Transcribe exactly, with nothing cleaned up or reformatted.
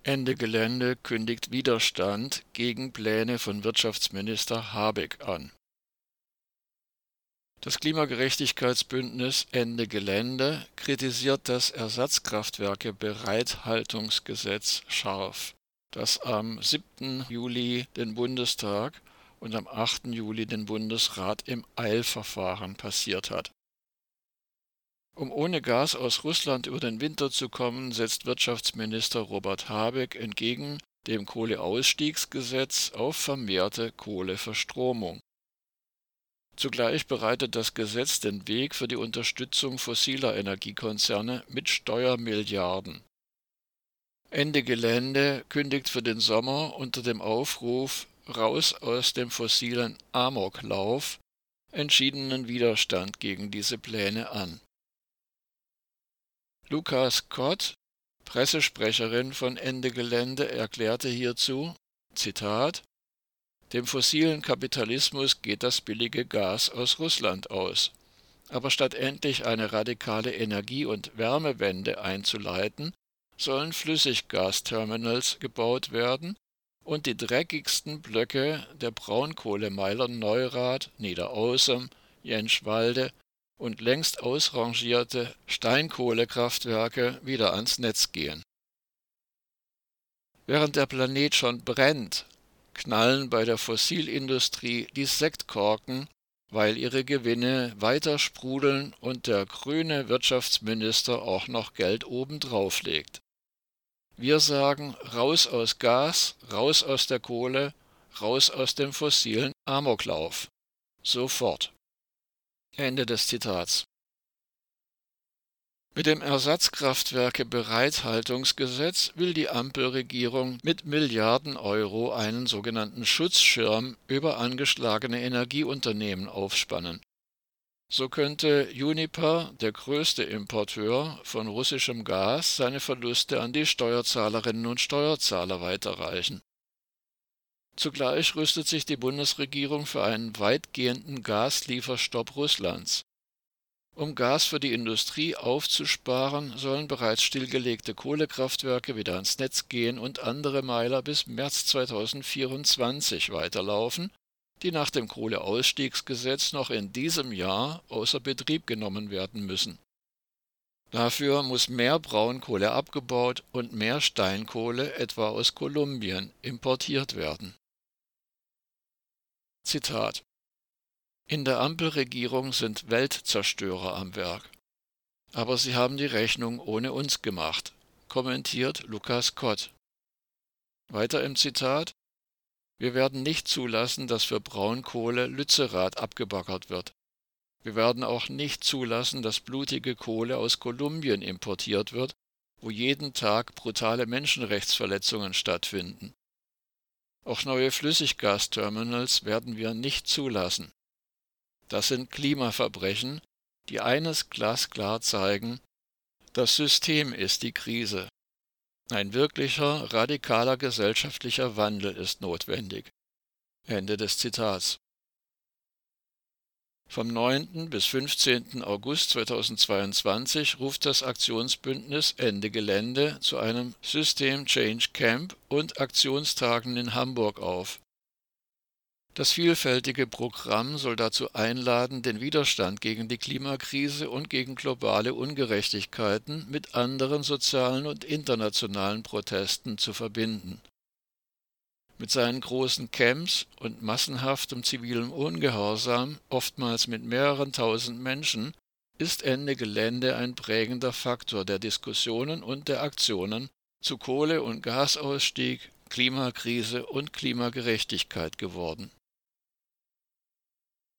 Ende Gelände kündigt Widerstand gegen Pläne von Wirtschaftsminister Habeck an. Das Klimagerechtigkeitsbündnis Ende Gelände kritisiert das Ersatzkraftwerke-Bereithaltungsgesetz scharf, das am siebten Juli den Bundestag und am achten Juli den Bundesrat im Eilverfahren passiert hat. Um ohne Gas aus Russland über den Winter zu kommen, setzt Wirtschaftsminister Robert Habeck entgegen dem Kohleausstiegsgesetz auf vermehrte Kohleverstromung. Zugleich bereitet das Gesetz den Weg für die Unterstützung fossiler Energiekonzerne mit Steuermilliarden. Ende Gelände kündigt für den Sommer unter dem Aufruf »Raus aus dem fossilen Amoklauf« entschiedenen Widerstand gegen diese Pläne an. Luca Scott, Pressesprecherin von Ende Gelände, erklärte hierzu, Zitat, »Dem fossilen Kapitalismus geht das billige Gas aus Russland aus. Aber statt endlich eine radikale Energie- und Wärmewende einzuleiten, sollen Flüssiggasterminals gebaut werden und die dreckigsten Blöcke der Braunkohlemeiler Neurath, Niederaußem, Jenschwalde und längst ausrangierte Steinkohlekraftwerke wieder ans Netz gehen. Während der Planet schon brennt, knallen bei der Fossilindustrie die Sektkorken, weil ihre Gewinne weiter sprudeln und der grüne Wirtschaftsminister auch noch Geld obendrauf legt. Wir sagen, raus aus Gas, raus aus der Kohle, raus aus dem fossilen Amoklauf. Sofort. Ende des Zitats. Mit dem Ersatzkraftwerke-Bereithaltungsgesetz will die Ampelregierung mit Milliarden Euro einen sogenannten Schutzschirm über angeschlagene Energieunternehmen aufspannen. So könnte Uniper, der größte Importeur von russischem Gas, seine Verluste an die Steuerzahlerinnen und Steuerzahler weiterreichen. Zugleich rüstet sich die Bundesregierung für einen weitgehenden Gaslieferstopp Russlands. Um Gas für die Industrie aufzusparen, sollen bereits stillgelegte Kohlekraftwerke wieder ans Netz gehen und andere Meiler bis März zweitausendvierundzwanzig weiterlaufen, die nach dem Kohleausstiegsgesetz noch in diesem Jahr außer Betrieb genommen werden müssen. Dafür muss mehr Braunkohle abgebaut und mehr Steinkohle, etwa aus Kolumbien, importiert werden. Zitat: In der Ampelregierung sind Weltzerstörer am Werk. Aber sie haben die Rechnung ohne uns gemacht, kommentiert Luca Scott. Weiter im Zitat: Wir werden nicht zulassen, dass für Braunkohle Lützerath abgebaggert wird. Wir werden auch nicht zulassen, dass blutige Kohle aus Kolumbien importiert wird, wo jeden Tag brutale Menschenrechtsverletzungen stattfinden. Auch neue Flüssiggasterminals werden wir nicht zulassen. Das sind Klimaverbrechen, die eines glasklar zeigen: Das System ist die Krise. Ein wirklicher, radikaler gesellschaftlicher Wandel ist notwendig. Ende des Zitats. Vom neunten bis fünfzehnten August zweitausendzweiundzwanzig ruft das Aktionsbündnis Ende Gelände zu einem System Change Camp und Aktionstagen in Hamburg auf. Das vielfältige Programm soll dazu einladen, den Widerstand gegen die Klimakrise und gegen globale Ungerechtigkeiten mit anderen sozialen und internationalen Protesten zu verbinden. Mit seinen großen Camps und massenhaftem zivilem Ungehorsam, oftmals mit mehreren tausend Menschen, ist Ende Gelände ein prägender Faktor der Diskussionen und der Aktionen zu Kohle- und Gasausstieg, Klimakrise und Klimagerechtigkeit geworden.